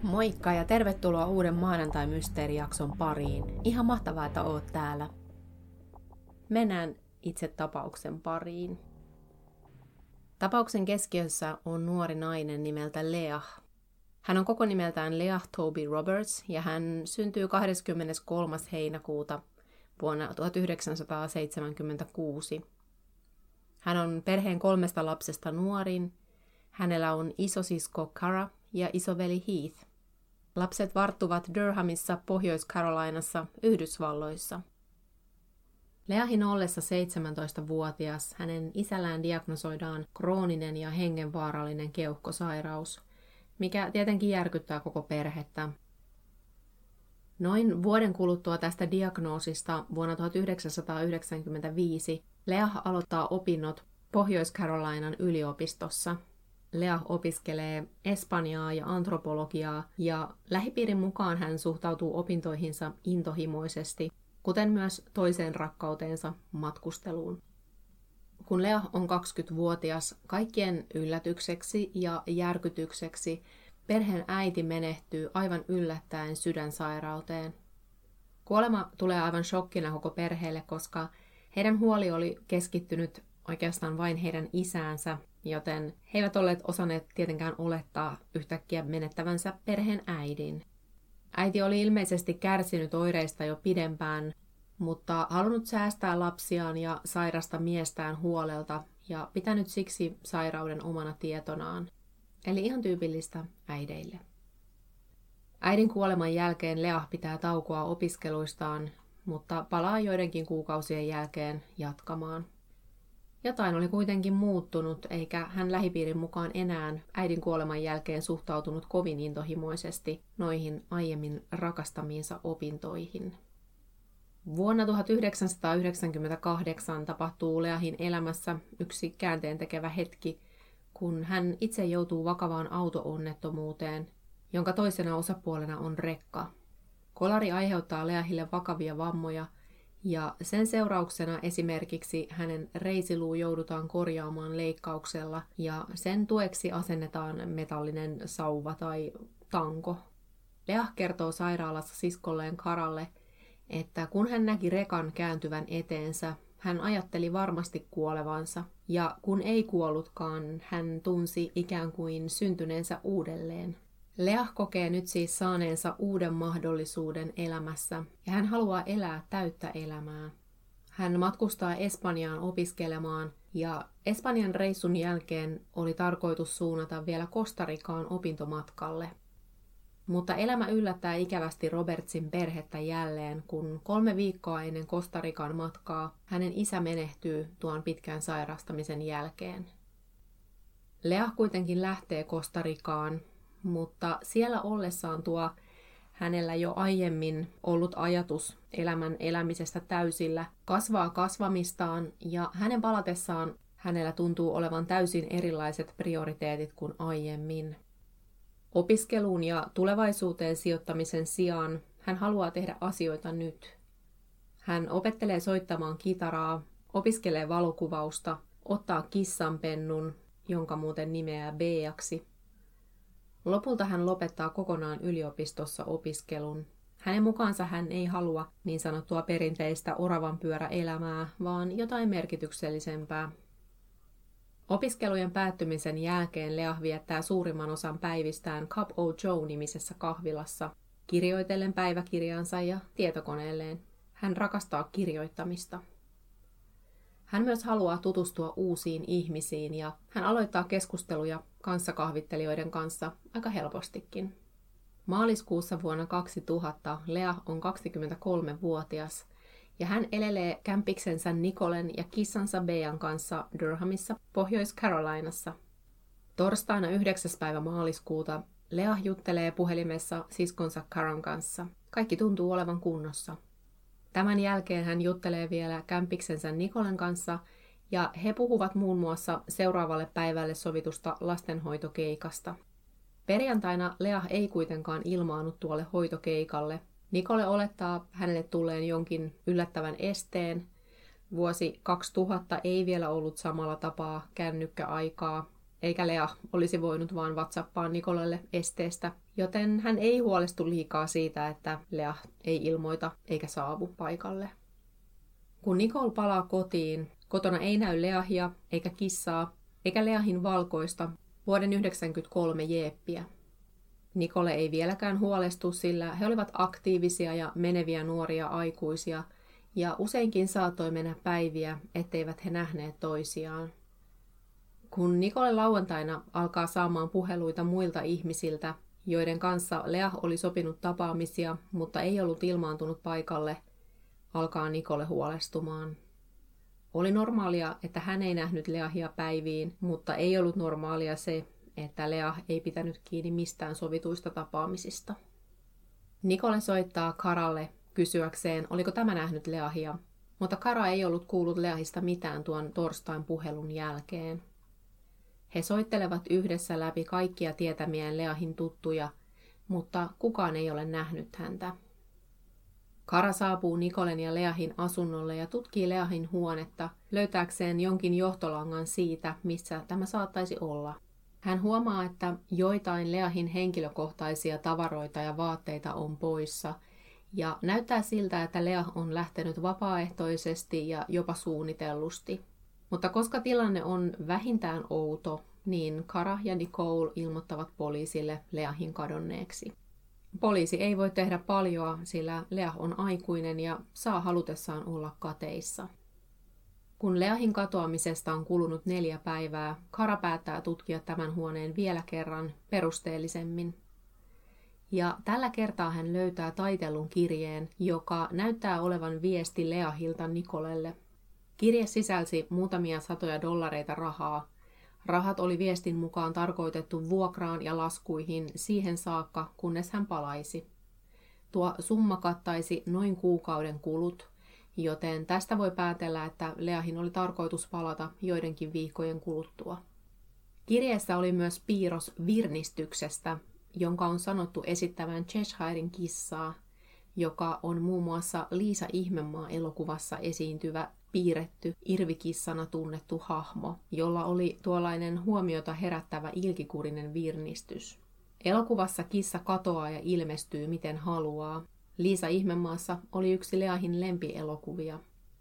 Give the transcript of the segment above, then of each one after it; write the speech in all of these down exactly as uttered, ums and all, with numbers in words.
Moikka ja tervetuloa uuden maanantai-mysteerijakson pariin. Ihan mahtavaa, että oot täällä. Mennään itse tapauksen pariin. Tapauksen keskiössä on nuori nainen nimeltä Leah. Hän on koko nimeltään Leah Toby Roberts ja hän syntyy kahdeskymmeneskolmas heinäkuuta vuonna tuhatyhdeksänsataaseitsemänkymmentäkuusi. Hän on perheen kolmesta lapsesta nuorin. Hänellä on isosisko Cara ja isoveli Heath. Lapset varttuvat Durhamissa, Pohjois-Carolinassa, Yhdysvalloissa. Leahin ollessa seitsemäntoistavuotias hänen isällään diagnosoidaan krooninen ja hengenvaarallinen keuhkosairaus, mikä tietenkin järkyttää koko perhettä. Noin vuoden kuluttua tästä diagnoosista vuonna tuhatyhdeksänsataayhdeksänkymmentäviisi Leah aloittaa opinnot Pohjois-Carolinan yliopistossa. Leah opiskelee espanjaa ja antropologiaa ja lähipiirin mukaan hän suhtautuu opintoihinsa intohimoisesti, kuten myös toiseen rakkauteensa matkusteluun. Kun Leah on kaksikymmentävuotias, kaikkien yllätykseksi ja järkytykseksi perheen äiti menehtyy aivan yllättäen sydänsairauteen. Kuolema tulee aivan shokkina koko perheelle, koska heidän huoli oli keskittynyt oikeastaan vain heidän isäänsä, joten he eivät olleet osanneet tietenkään olettaa yhtäkkiä menettävänsä perheen äidin. Äiti oli ilmeisesti kärsinyt oireista jo pidempään, mutta halunnut säästää lapsiaan ja sairasta miestään huolelta ja pitänyt siksi sairauden omana tietonaan. Eli ihan tyypillistä äideille. Äidin kuoleman jälkeen Leah pitää taukoa opiskeluistaan, mutta palaa joidenkin kuukausien jälkeen jatkamaan. Jotain oli kuitenkin muuttunut, eikä hän lähipiirin mukaan enää äidin kuoleman jälkeen suhtautunut kovin intohimoisesti noihin aiemmin rakastamiinsa opintoihin. Vuonna tuhatyhdeksänsataayhdeksänkymmentäkahdeksan tapahtuu Leahin elämässä yksi käänteentekevä hetki, kun hän itse joutuu vakavaan auto-onnettomuuteen, jonka toisena osapuolena on rekka. Kolari aiheuttaa Leahille vakavia vammoja, ja sen seurauksena esimerkiksi hänen reisiluu joudutaan korjaamaan leikkauksella ja sen tueksi asennetaan metallinen sauva tai tanko. Leah kertoo sairaalassa siskolleen Caralle, että kun hän näki rekan kääntyvän eteensä, hän ajatteli varmasti kuolevansa, ja kun ei kuollutkaan, hän tunsi ikään kuin syntyneensä uudelleen. Leah kokee nyt siis saaneensa uuden mahdollisuuden elämässä, ja hän haluaa elää täyttä elämää. Hän matkustaa Espanjaan opiskelemaan, ja Espanjan reissun jälkeen oli tarkoitus suunnata vielä Kostaricaan opintomatkalle. Mutta elämä yllättää ikävästi Robertsin perhettä jälleen, kun kolme viikkoa ennen Kostarican matkaa hänen isä menehtyy tuon pitkän sairastamisen jälkeen. Leah kuitenkin lähtee Kostaricaan, mutta siellä ollessaan tuo hänellä jo aiemmin ollut ajatus elämän elämisestä täysillä kasvaa kasvamistaan ja hänen palatessaan hänellä tuntuu olevan täysin erilaiset prioriteetit kuin aiemmin. Opiskeluun ja tulevaisuuteen sijoittamisen sijaan hän haluaa tehdä asioita nyt. Hän opettelee soittamaan kitaraa, opiskelee valokuvausta, ottaa kissanpennun, jonka muuten nimeää Beaksi. Lopulta hän lopettaa kokonaan yliopistossa opiskelun. Hänen mukaansa hän ei halua niin sanottua perinteistä oravanpyöräelämää, vaan jotain merkityksellisempää. Opiskelujen päättymisen jälkeen Leah viettää suurimman osan päivistään Cup o' Joe-nimisessä kahvilassa, kirjoitellen päiväkirjansa ja tietokoneelleen. Hän rakastaa kirjoittamista. Hän myös haluaa tutustua uusiin ihmisiin ja hän aloittaa keskusteluja kanssakahvittelijoiden kanssa aika helpostikin. Maaliskuussa vuonna kaksituhatta Leah on kaksikymmentäkolmevuotias ja hän elelee kämpiksensä Nicolen ja kissansa Bean kanssa Durhamissa, Pohjois-Carolinassa. Torstaina yhdeksäs päivä maaliskuuta Leah juttelee puhelimessa siskonsa Caran kanssa. Kaikki tuntuu olevan kunnossa. Tämän jälkeen hän juttelee vielä kämpiksensä Nicolen kanssa ja he puhuvat muun muassa seuraavalle päivälle sovitusta lastenhoitokeikasta. Perjantaina Leah ei kuitenkaan ilmaannut tuolle hoitokeikalle. Nicole olettaa hänelle tulleen jonkin yllättävän esteen. Vuosi kaksituhatta ei vielä ollut samalla tapaa kännykkäaikaa, eikä Lea olisi voinut vaan WhatsAppaa Nicolelle esteestä, joten hän ei huolestu liikaa siitä, että Lea ei ilmoita eikä saavu paikalle. Kun Nicole palaa kotiin, kotona ei näy Leahia eikä kissaa, eikä Leahin valkoista vuoden yhdeksänkymmentäkolme jeeppiä. Nicole ei vieläkään huolestu, sillä he olivat aktiivisia ja meneviä nuoria aikuisia, ja useinkin saattoi mennä päiviä, etteivät he nähneet toisiaan. Kun Nicole lauantaina alkaa saamaan puheluita muilta ihmisiltä, joiden kanssa Lea oli sopinut tapaamisia, mutta ei ollut ilmaantunut paikalle, alkaa Nicole huolestumaan. Oli normaalia, että hän ei nähnyt Leahia päiviin, mutta ei ollut normaalia se, että Lea ei pitänyt kiinni mistään sovituista tapaamisista. Nicole soittaa Karalle kysyäkseen, oliko tämä nähnyt Leahia, mutta Kara ei ollut kuullut Leahista mitään tuon torstain puhelun jälkeen. He soittelevat yhdessä läpi kaikkia tietämien Leahin tuttuja, mutta kukaan ei ole nähnyt häntä. Kara saapuu Nicolen ja Leahin asunnolle ja tutkii Leahin huonetta löytääkseen jonkin johtolangan siitä, missä tämä saattaisi olla. Hän huomaa, että joitain Leahin henkilökohtaisia tavaroita ja vaatteita on poissa, ja näyttää siltä, että Lea on lähtenyt vapaaehtoisesti ja jopa suunnitellusti. Mutta koska tilanne on vähintään outo, niin Kara ja Nicole ilmoittavat poliisille Leahin kadonneeksi. Poliisi ei voi tehdä paljoa, sillä Lea on aikuinen ja saa halutessaan olla kateissa. Kun Leahin katoamisesta on kulunut neljä päivää, Kara päättää tutkia tämän huoneen vielä kerran perusteellisemmin. Ja tällä kertaa hän löytää taitellun kirjeen, joka näyttää olevan viesti Leahilta Nicolelle. Kirje sisälsi muutamia satoja dollareita rahaa. Rahat oli viestin mukaan tarkoitettu vuokraan ja laskuihin siihen saakka, kunnes hän palaisi. Tuo summa kattaisi noin kuukauden kulut, joten tästä voi päätellä, että Leahin oli tarkoitus palata joidenkin viikkojen kuluttua. Kirjeessä oli myös piirros virnistyksestä, jonka on sanottu esittävän Cheshiren kissaa, joka on muun muassa Liisa Ihmemaa-elokuvassa esiintyvä piirretty irvikissana tunnettu hahmo, jolla oli tuollainen huomiota herättävä ilkikurinen virnistys. Elokuvassa kissa katoaa ja ilmestyy miten haluaa. Liisa Ihmemaassa oli yksi Leahin lempielokuvia.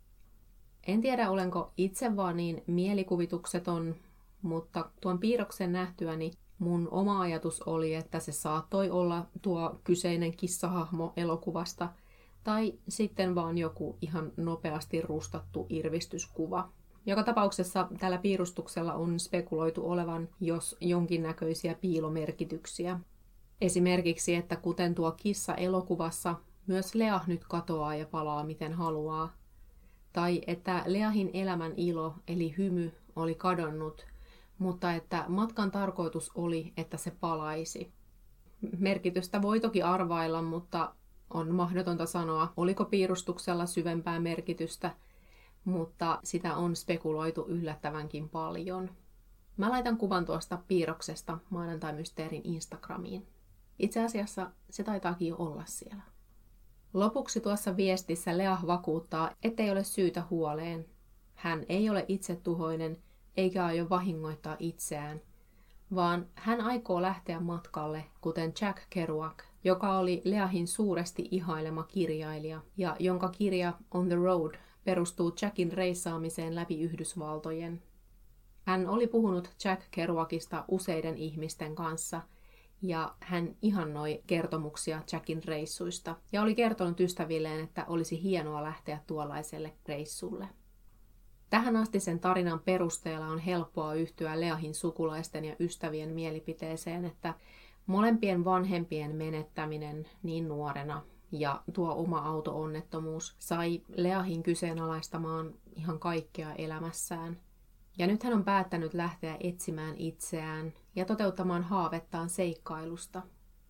En tiedä, olenko itse vaan niin mielikuvitukseton, mutta tuon piirroksen nähtyäni mun oma ajatus oli, että se saattoi olla tuo kyseinen kissahahmo elokuvasta, tai sitten vaan joku ihan nopeasti rustattu irvistyskuva. Joka tapauksessa tällä piirustuksella on spekuloitu olevan jos jonkinnäköisiä piilomerkityksiä. Esimerkiksi, että kuten tuo kissa elokuvassa, myös Lea nyt katoaa ja palaa miten haluaa. Tai että Leahin elämän ilo eli hymy oli kadonnut, mutta että matkan tarkoitus oli, että se palaisi. Merkitystä voi toki arvailla, mutta on mahdotonta sanoa, oliko piirustuksella syvempää merkitystä, mutta sitä on spekuloitu yllättävänkin paljon. Mä laitan kuvan tuosta piirroksesta Maanantai-mysteerin Instagramiin. Itse asiassa se taitaakin jo olla siellä. Lopuksi tuossa viestissä Lea vakuuttaa, ettei ole syytä huoleen. Hän ei ole itsetuhoinen eikä aio vahingoittaa itseään, vaan hän aikoo lähteä matkalle, kuten Jack Kerouac, joka oli Leahin suuresti ihailema kirjailija ja jonka kirja On the Road perustuu Jackin reissaamiseen läpi Yhdysvaltojen. Hän oli puhunut Jack Kerouacista useiden ihmisten kanssa ja hän ihannoi kertomuksia Jackin reissuista ja oli kertonut ystävilleen, että olisi hienoa lähteä tuollaiselle reissulle. Tähän asti sen tarinan perusteella on helppoa yhtyä Leahin sukulaisten ja ystävien mielipiteeseen, että molempien vanhempien menettäminen niin nuorena ja tuo oma auto-onnettomuus sai Leahin kyseenalaistamaan ihan kaikkea elämässään. Ja nyt hän on päättänyt lähteä etsimään itseään ja toteuttamaan haavettaan seikkailusta.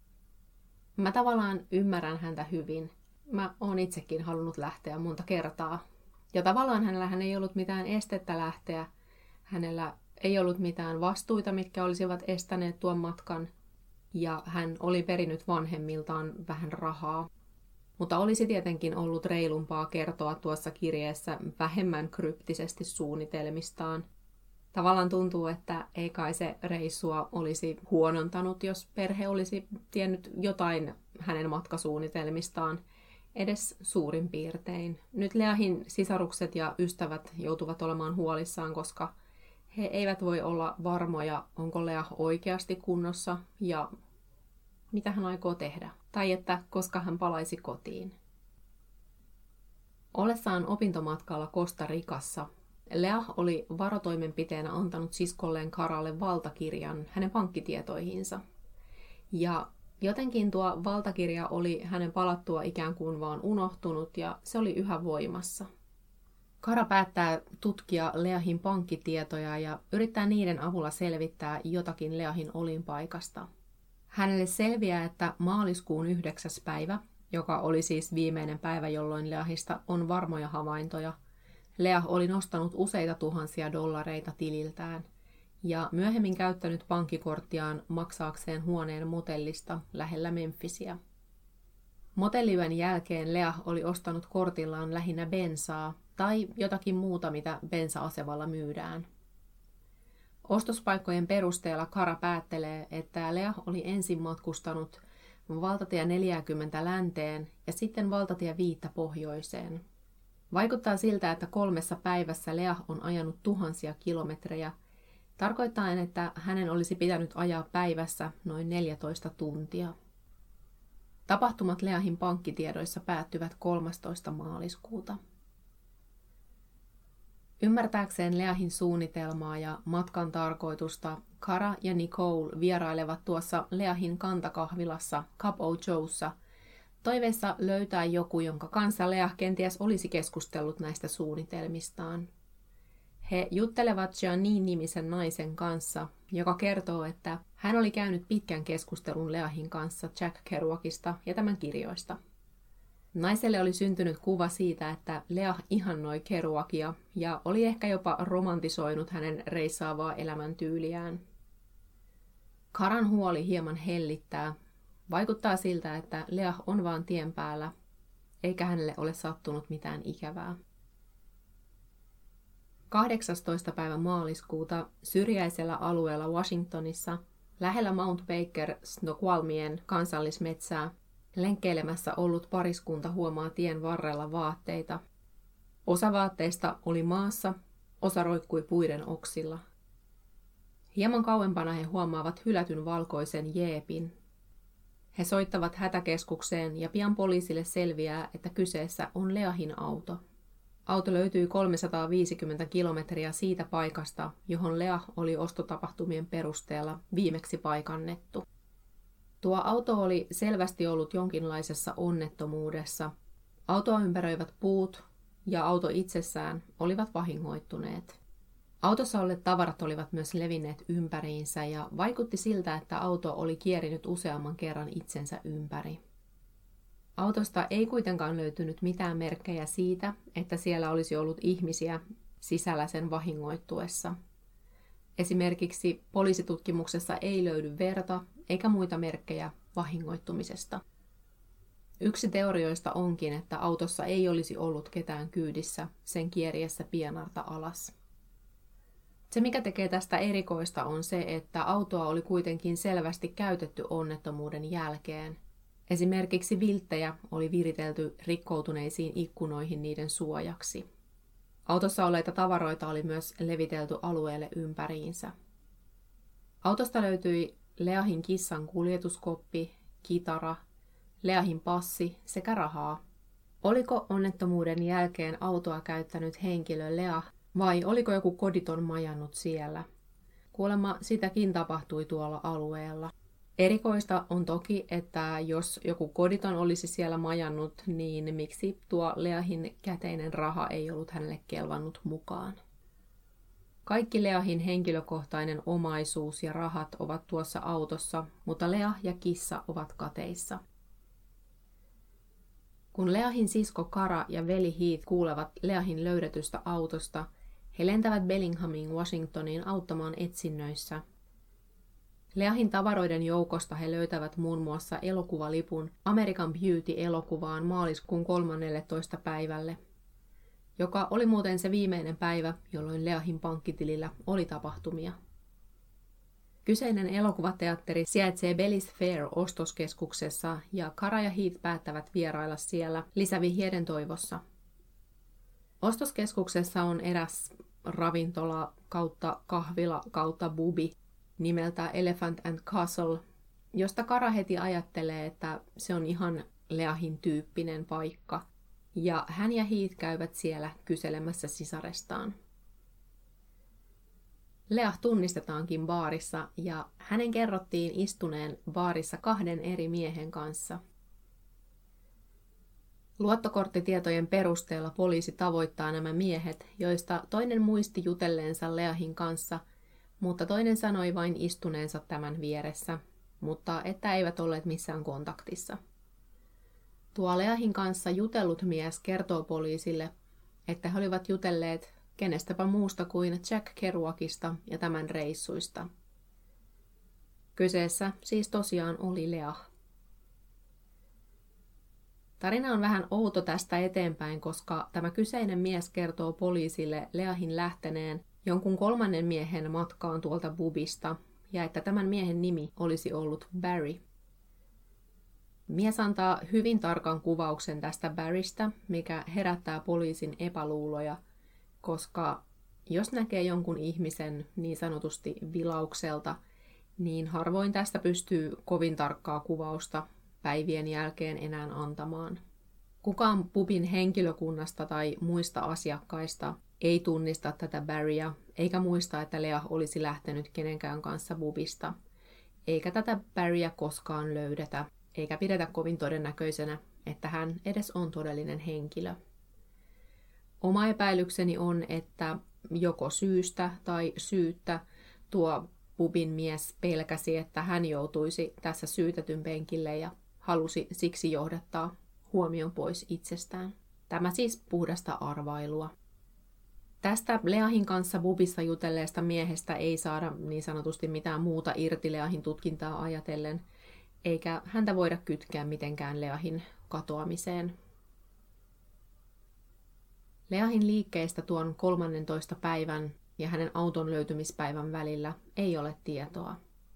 Mä tavallaan ymmärrän häntä hyvin. Mä oon itsekin halunnut lähteä monta kertaa. Ja tavallaan hänellähän ei ollut mitään estettä lähteä. Hänellä ei ollut mitään vastuita, mitkä olisivat estäneet tuon matkan. Ja hän oli perinyt vanhemmiltaan vähän rahaa. Mutta olisi tietenkin ollut reilumpaa kertoa tuossa kirjeessä vähemmän kryptisesti suunnitelmistaan. Tavallaan tuntuu, että ei kai se reissua olisi huonontanut, jos perhe olisi tiennyt jotain hänen matkasuunnitelmistaan, edes suurin piirtein. Nyt Leahin sisarukset ja ystävät joutuvat olemaan huolissaan, koska he eivät voi olla varmoja, onko Lea oikeasti kunnossa ja mitä hän aikoo tehdä, tai että koska hän palaisi kotiin. Ollessaan opintomatkalla Costa Ricassa, Lea oli varotoimenpiteenä antanut siskolleen Caralle valtakirjan hänen pankkitietoihinsa. Ja jotenkin tuo valtakirja oli hänen palattua ikään kuin vaan unohtunut ja se oli yhä voimassa. Cara päättää tutkia Leahin pankkitietoja ja yrittää niiden avulla selvittää jotakin Leahin olinpaikasta. Hänelle selviää, että maaliskuun yhdeksäs päivä, joka oli siis viimeinen päivä, jolloin Leahista on varmoja havaintoja, Lea oli nostanut useita tuhansia dollareita tililtään ja myöhemmin käyttänyt pankkikorttiaan maksaakseen huoneen motellista lähellä Memphisiä. Motelliyön jälkeen Lea oli ostanut kortillaan lähinnä bensaa tai jotakin muuta, mitä bensa-asevalla myydään. Ostospaikkojen perusteella Cara päättelee, että Lea oli ensin matkustanut valtatie neljäkymmentä länteen ja sitten valtatie viisi pohjoiseen. Vaikuttaa siltä, että kolmessa päivässä Lea on ajanut tuhansia kilometrejä, tarkoittaen, että hänen olisi pitänyt ajaa päivässä noin neljätoista tuntia. Tapahtumat Leahin pankkitiedoissa päättyvät kolmastoista maaliskuuta. Ymmärtääkseen Leahin suunnitelmaa ja matkan tarkoitusta, Cara ja Nicole vierailevat tuossa Leahin kantakahvilassa Cup o' Joe'ssa toiveessa löytää joku, jonka kanssa Lea kenties olisi keskustellut näistä suunnitelmistaan. He juttelevat Janine-nimisen naisen kanssa, joka kertoo, että hän oli käynyt pitkän keskustelun Leahin kanssa Jack Kerouacista ja tämän kirjoista. Naiselle oli syntynyt kuva siitä, että Lea ihannoi Kerouacia ja oli ehkä jopa romantisoinut hänen reissaavaa elämäntyyliään. Caran huoli hieman hellittää. Vaikuttaa siltä, että Lea on vaan tien päällä, eikä hänelle ole sattunut mitään ikävää. kahdeksastoista päivä maaliskuuta syrjäisellä alueella Washingtonissa, lähellä Mount Baker Snoqualmien kansallismetsää, lenkkeilemässä ollut pariskunta huomaa tien varrella vaatteita. Osa vaatteista oli maassa, osa roikkui puiden oksilla. Hieman kauempana he huomaavat hylätyn valkoisen jeepin. He soittavat hätäkeskukseen ja pian poliisille selviää, että kyseessä on Leahin auto. Auto löytyi kolmesataaviisikymmentä kilometriä siitä paikasta, johon Lea oli ostotapahtumien perusteella viimeksi paikannettu. Tuo auto oli selvästi ollut jonkinlaisessa onnettomuudessa. Autoa ympäröivät puut ja auto itsessään olivat vahingoittuneet. Autossa olleet tavarat olivat myös levinneet ympäriinsä ja vaikutti siltä, että auto oli kierinyt useamman kerran itsensä ympäri. Autosta ei kuitenkaan löytynyt mitään merkkejä siitä, että siellä olisi ollut ihmisiä sisällä sen vahingoittuessa. Esimerkiksi poliisitutkimuksessa ei löydy verta eikä muita merkkejä vahingoittumisesta. Yksi teorioista onkin, että autossa ei olisi ollut ketään kyydissä sen kieriessä pienarta alas. Se, mikä tekee tästä erikoista, on se, että autoa oli kuitenkin selvästi käytetty onnettomuuden jälkeen. Esimerkiksi vilttejä oli viritelty rikkoutuneisiin ikkunoihin niiden suojaksi. Autossa olleita tavaroita oli myös levitelty alueelle ympäriinsä. Autosta löytyi Leahin kissan kuljetuskoppi, kitara, Leahin passi sekä rahaa. Oliko onnettomuuden jälkeen autoa käyttänyt henkilö Lea vai oliko joku koditon majannut siellä? Kuulemma sitäkin tapahtui tuolla alueella. Erikoista on toki, että jos joku koditon olisi siellä majannut, niin miksi tuo Leahin käteinen raha ei ollut hänelle kelvannut mukaan? Kaikki Leahin henkilökohtainen omaisuus ja rahat ovat tuossa autossa, mutta Lea ja kissa ovat kateissa. Kun Leahin sisko Cara ja veli Heath kuulevat Leahin löydetystä autosta, he lentävät Bellinghamiin Washingtoniin auttamaan etsinnöissä. Leahin tavaroiden joukosta he löytävät muun muassa elokuvalipun American Beauty-elokuvaan maaliskuun kolmannelletoista päivälle. joka oli muuten se viimeinen päivä, jolloin Leahin pankkitilillä oli tapahtumia. Kyseinen elokuvateatteri sijaitsee Bellis Fair-ostoskeskuksessa ja Kara ja Heath päättävät vierailla siellä lisävihjeiden toivossa. Ostoskeskuksessa on eräs ravintola kautta kahvila kautta bubi nimeltä Elephant and Castle, josta Kara heti ajattelee, että se on ihan Leahin tyyppinen paikka, ja hän ja Heath käyvät siellä kyselemässä sisarestaan. Leah tunnistetaankin baarissa ja hänen kerrottiin istuneen baarissa kahden eri miehen kanssa. Luottokorttitietojen perusteella poliisi tavoittaa nämä miehet, joista toinen muisti jutelleensa Leahin kanssa, mutta toinen sanoi vain istuneensa tämän vieressä, mutta että eivät olleet missään kontaktissa. Tuo Leahin kanssa jutellut mies kertoo poliisille, että he olivat jutelleet kenestäpä muusta kuin Jack Kerouacista ja tämän reissuista. Kyseessä siis tosiaan oli Leah. Tarina on vähän outo tästä eteenpäin, koska tämä kyseinen mies kertoo poliisille Leahin lähteneen jonkun kolmannen miehen matkaan tuolta bubista ja että tämän miehen nimi olisi ollut Barry. Mies antaa hyvin tarkan kuvauksen tästä Barrystä, mikä herättää poliisin epäluuloja, koska jos näkee jonkun ihmisen niin sanotusti vilaukselta, niin harvoin tästä pystyy kovin tarkkaa kuvausta päivien jälkeen enää antamaan. Kukaan pubin henkilökunnasta tai muista asiakkaista ei tunnista tätä Barryä, eikä muista, että Leah olisi lähtenyt kenenkään kanssa pubista, eikä tätä Barryä koskaan löydetä, eikä pidetä kovin todennäköisenä, että hän edes on todellinen henkilö. Oma epäilykseni on, että joko syystä tai syyttä tuo pubin mies pelkäsi, että hän joutuisi tässä syytetyn penkille ja halusi siksi johdattaa huomion pois itsestään. Tämä siis puhdasta arvailua. Tästä Leahin kanssa pubissa jutelleesta miehestä ei saada niin sanotusti mitään muuta irti Leahin tutkintaa ajatellen, eikä häntä voida kytkeä mitenkään Leahin katoamiseen. Leahin liikkeestä tuon kolmannentoista päivän ja hänen auton löytymispäivän välillä ei ole tietoa.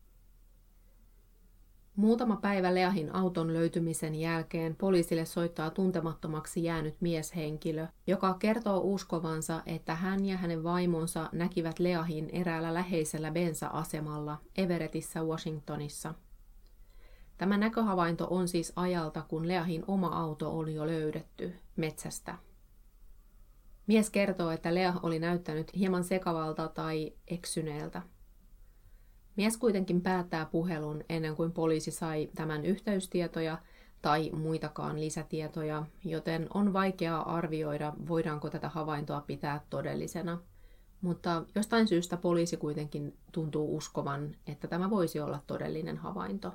Muutama päivä Leahin auton löytymisen jälkeen poliisille soittaa tuntemattomaksi jäänyt mieshenkilö, joka kertoo uskovansa, että hän ja hänen vaimonsa näkivät Leahin eräällä läheisellä bensa-asemalla Everettissä, Washingtonissa. Tämä näköhavainto on siis ajalta, kun Leahin oma auto oli jo löydetty metsästä. Mies kertoo, että Leah oli näyttänyt hieman sekavalta tai eksyneeltä. Mies kuitenkin päättää puhelun ennen kuin poliisi sai tämän yhteystietoja tai muitakaan lisätietoja, joten on vaikeaa arvioida, voidaanko tätä havaintoa pitää todellisena. Mutta jostain syystä poliisi kuitenkin tuntuu uskovan, että tämä voisi olla todellinen havainto.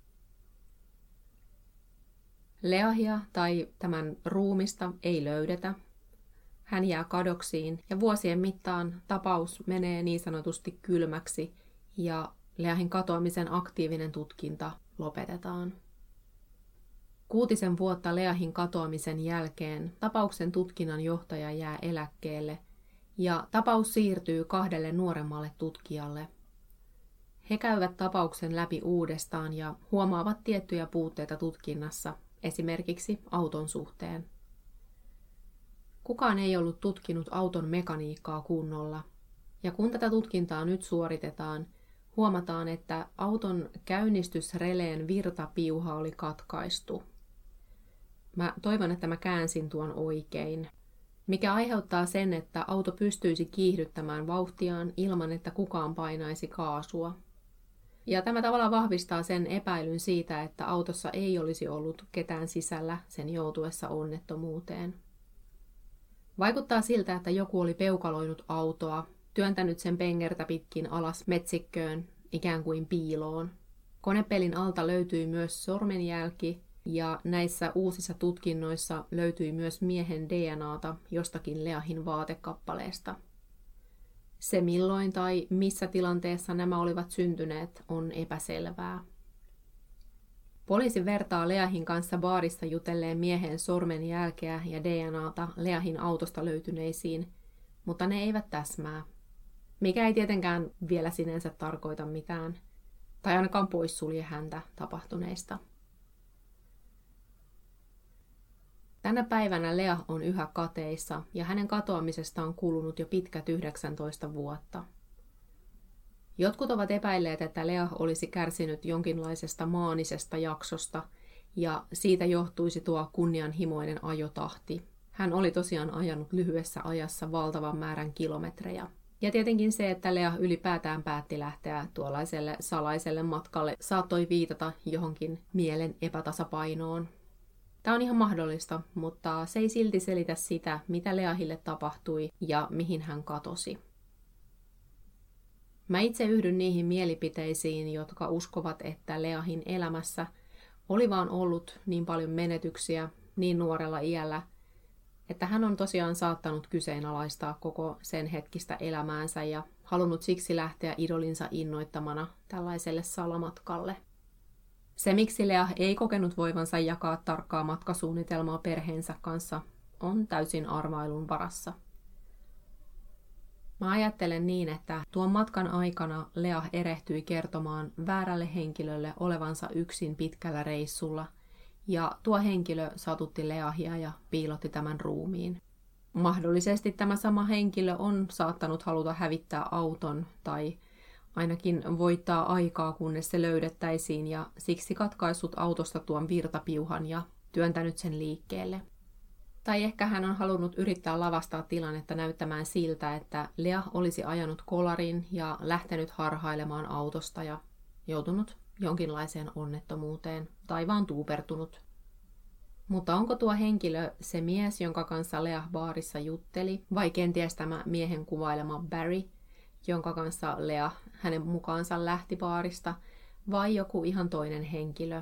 Leahia tai tämän ruumista ei löydetä. Hän jää kadoksiin ja vuosien mittaan tapaus menee niin sanotusti kylmäksi ja Leahin katoamisen aktiivinen tutkinta lopetetaan. Kuutisen vuotta Leahin katoamisen jälkeen tapauksen tutkinnan johtaja jää eläkkeelle ja tapaus siirtyy kahdelle nuoremmalle tutkijalle. He käyvät tapauksen läpi uudestaan ja huomaavat tiettyjä puutteita tutkinnassa, esimerkiksi auton suhteen. Kukaan ei ollut tutkinut auton mekaniikkaa kunnolla, ja kun tätä tutkintaa nyt suoritetaan, huomataan, että auton käynnistysreleen virtapiuha oli katkaistu. Mä toivon, että mä käänsin tuon oikein, mikä aiheuttaa sen, että auto pystyisi kiihdyttämään vauhtiaan ilman, että kukaan painaisi kaasua. Ja tämä tavallaan vahvistaa sen epäilyn siitä, että autossa ei olisi ollut ketään sisällä sen joutuessa onnettomuuteen. Vaikuttaa siltä, että joku oli peukaloinut autoa, työntänyt sen pengertä pitkin alas metsikköön, ikään kuin piiloon. Konepelin alta löytyi myös sormenjälki, ja näissä uusissa tutkinnoissa löytyi myös miehen D N A:ta jostakin Leahin vaatekappaleesta. Se milloin tai missä tilanteessa nämä olivat syntyneet on epäselvää. Poliisi vertaa Leahin kanssa baarissa jutelleen miehen sormenjälkeä ja D N A:ta Leahin autosta löytyneisiin, mutta ne eivät täsmää. Mikä ei tietenkään vielä sinänsä tarkoita mitään, tai ainakaan poissulje häntä tapahtuneista. Tänä päivänä Leah on yhä kateissa ja hänen katoamisesta on kulunut jo pitkät yhdeksäntoista vuotta. Jotkut ovat epäilleet, että Leah olisi kärsinyt jonkinlaisesta maanisesta jaksosta ja siitä johtuisi tuo kunnianhimoinen ajotahti. Hän oli tosiaan ajanut lyhyessä ajassa valtavan määrän kilometrejä. Ja tietenkin se, että Leah ylipäätään päätti lähteä tuollaiselle salaiselle matkalle, saattoi viitata johonkin mielen epätasapainoon. Tämä on ihan mahdollista, mutta se ei silti selitä sitä, mitä Leahille tapahtui ja mihin hän katosi. Mä itse yhdyn niihin mielipiteisiin, jotka uskovat, että Leahin elämässä oli vaan ollut niin paljon menetyksiä niin nuorella iällä, että hän on tosiaan saattanut kyseenalaistaa koko sen hetkistä elämäänsä ja halunnut siksi lähteä idolinsa innoittamana tällaiselle salamatkalle. Se, miksi Leah ei kokenut voivansa jakaa tarkkaa matkasuunnitelmaa perheensä kanssa, on täysin arvailun varassa. Mä ajattelen niin, että tuon matkan aikana Leah erehtyi kertomaan väärälle henkilölle olevansa yksin pitkällä reissulla, ja tuo henkilö satutti Leahia ja piilotti tämän ruumiin. Mahdollisesti tämä sama henkilö on saattanut haluta hävittää auton tai ainakin voittaa aikaa, kunnes se löydettäisiin, ja siksi katkaissut autosta tuon virtapiuhan ja työntänyt sen liikkeelle. Tai ehkä hän on halunnut yrittää lavastaa tilannetta näyttämään siltä, että Leah olisi ajanut kolarin ja lähtenyt harhailemaan autosta ja joutunut jonkinlaiseen onnettomuuteen tai vaan tuupertunut. Mutta onko tuo henkilö se mies, jonka kanssa Leah baarissa jutteli, vai kenties tämä miehen kuvailema Barry, jonka kanssa Leah hänen mukaansa lähti baarista, vai joku ihan toinen henkilö?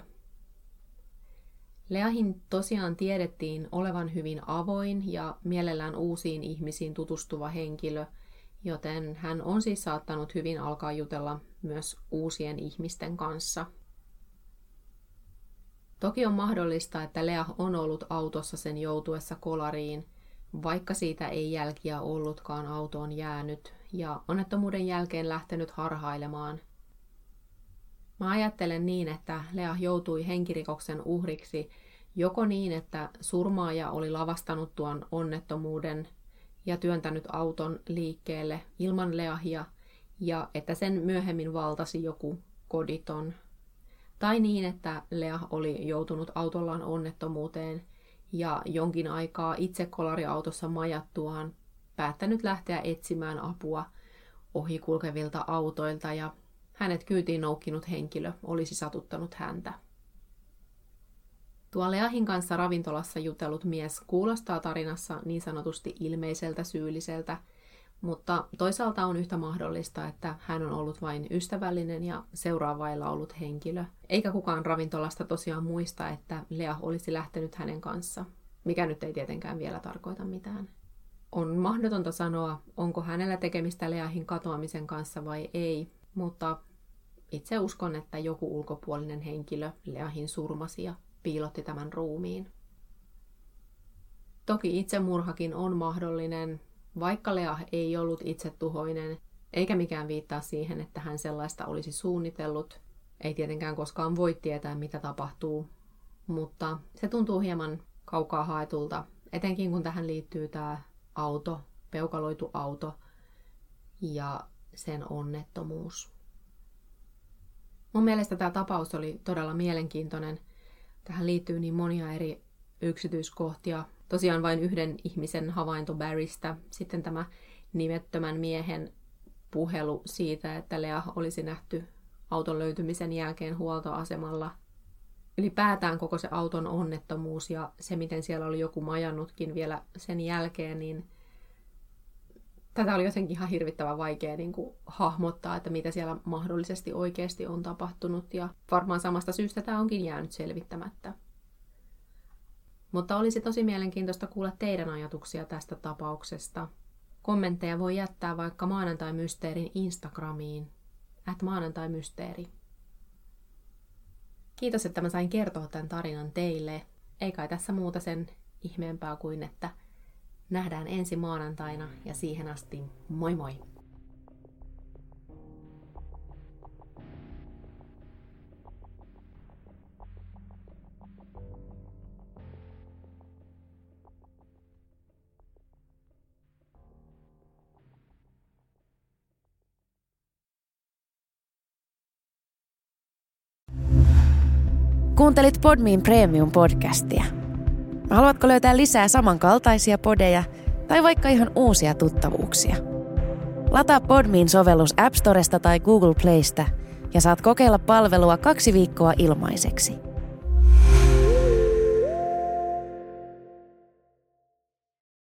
Leahin tosiaan tiedettiin olevan hyvin avoin ja mielellään uusiin ihmisiin tutustuva henkilö, joten hän on siis saattanut hyvin alkaa jutella myös uusien ihmisten kanssa. Toki on mahdollista, että Leah on ollut autossa sen joutuessa kolariin, vaikka siitä ei jälkiä ollutkaan autoon jäänyt, ja onnettomuuden jälkeen lähtenyt harhailemaan. Mä ajattelen niin, että Leah joutui henkirikoksen uhriksi joko niin, että surmaaja oli lavastanut tuon onnettomuuden ja työntänyt auton liikkeelle ilman Leahia, ja että sen myöhemmin valtasi joku koditon. Tai niin, että Leah oli joutunut autollaan onnettomuuteen ja jonkin aikaa itse kolariautossa majattuaan päättänyt lähteä etsimään apua ohikulkevilta autoilta ja hänet kyytiin noukkinut henkilö olisi satuttanut häntä. Tuo Leahin kanssa ravintolassa jutellut mies kuulostaa tarinassa niin sanotusti ilmeiseltä syylliseltä, mutta toisaalta on yhtä mahdollista, että hän on ollut vain ystävällinen ja seuraavailla ollut henkilö, eikä kukaan ravintolasta tosiaan muista, että Leah olisi lähtenyt hänen kanssa, mikä nyt ei tietenkään vielä tarkoita mitään. On mahdotonta sanoa, onko hänellä tekemistä Leahin katoamisen kanssa vai ei, mutta itse uskon, että joku ulkopuolinen henkilö Leahin surmasi ja piilotti tämän ruumiin. Toki itsemurhakin on mahdollinen, vaikka Leah ei ollut itsetuhoinen, eikä mikään viittaa siihen, että hän sellaista olisi suunnitellut. Ei tietenkään koskaan voi tietää, mitä tapahtuu, mutta se tuntuu hieman kaukaa haetulta, etenkin kun tähän liittyy tämä auto, peukaloitu auto ja sen onnettomuus. Mun mielestä tämä tapaus oli todella mielenkiintoinen. Tähän liittyy niin monia eri yksityiskohtia. Tosiaan vain yhden ihmisen havainto Barrystä, sitten tämä nimettömän miehen puhelu siitä, että Leah olisi nähty auton löytymisen jälkeen huoltoasemalla. Ylipäätään koko se auton onnettomuus ja se, miten siellä oli joku majannutkin vielä sen jälkeen, niin tätä oli jotenkin ihan hirvittävän vaikea niin kuin hahmottaa, että mitä siellä mahdollisesti oikeasti on tapahtunut. Ja varmaan samasta syystä tämä onkin jäänyt selvittämättä. Mutta olisi tosi mielenkiintoista kuulla teidän ajatuksia tästä tapauksesta. Kommentteja voi jättää vaikka Maanantai-mysteerin Instagramiin, at maanantai-mysteeri. Kiitos, että mä sain kertoa tämän tarinan teille. Ei kai tässä muuta sen ihmeempää kuin, että nähdään ensi maanantaina ja siihen asti moi moi! Kuuntelit Podmin Premium-podcastia. Haluatko löytää lisää samankaltaisia podeja tai vaikka ihan uusia tuttavuuksia? Lataa Podmin sovellus App Storesta tai Google Playsta ja saat kokeilla palvelua kaksi viikkoa ilmaiseksi.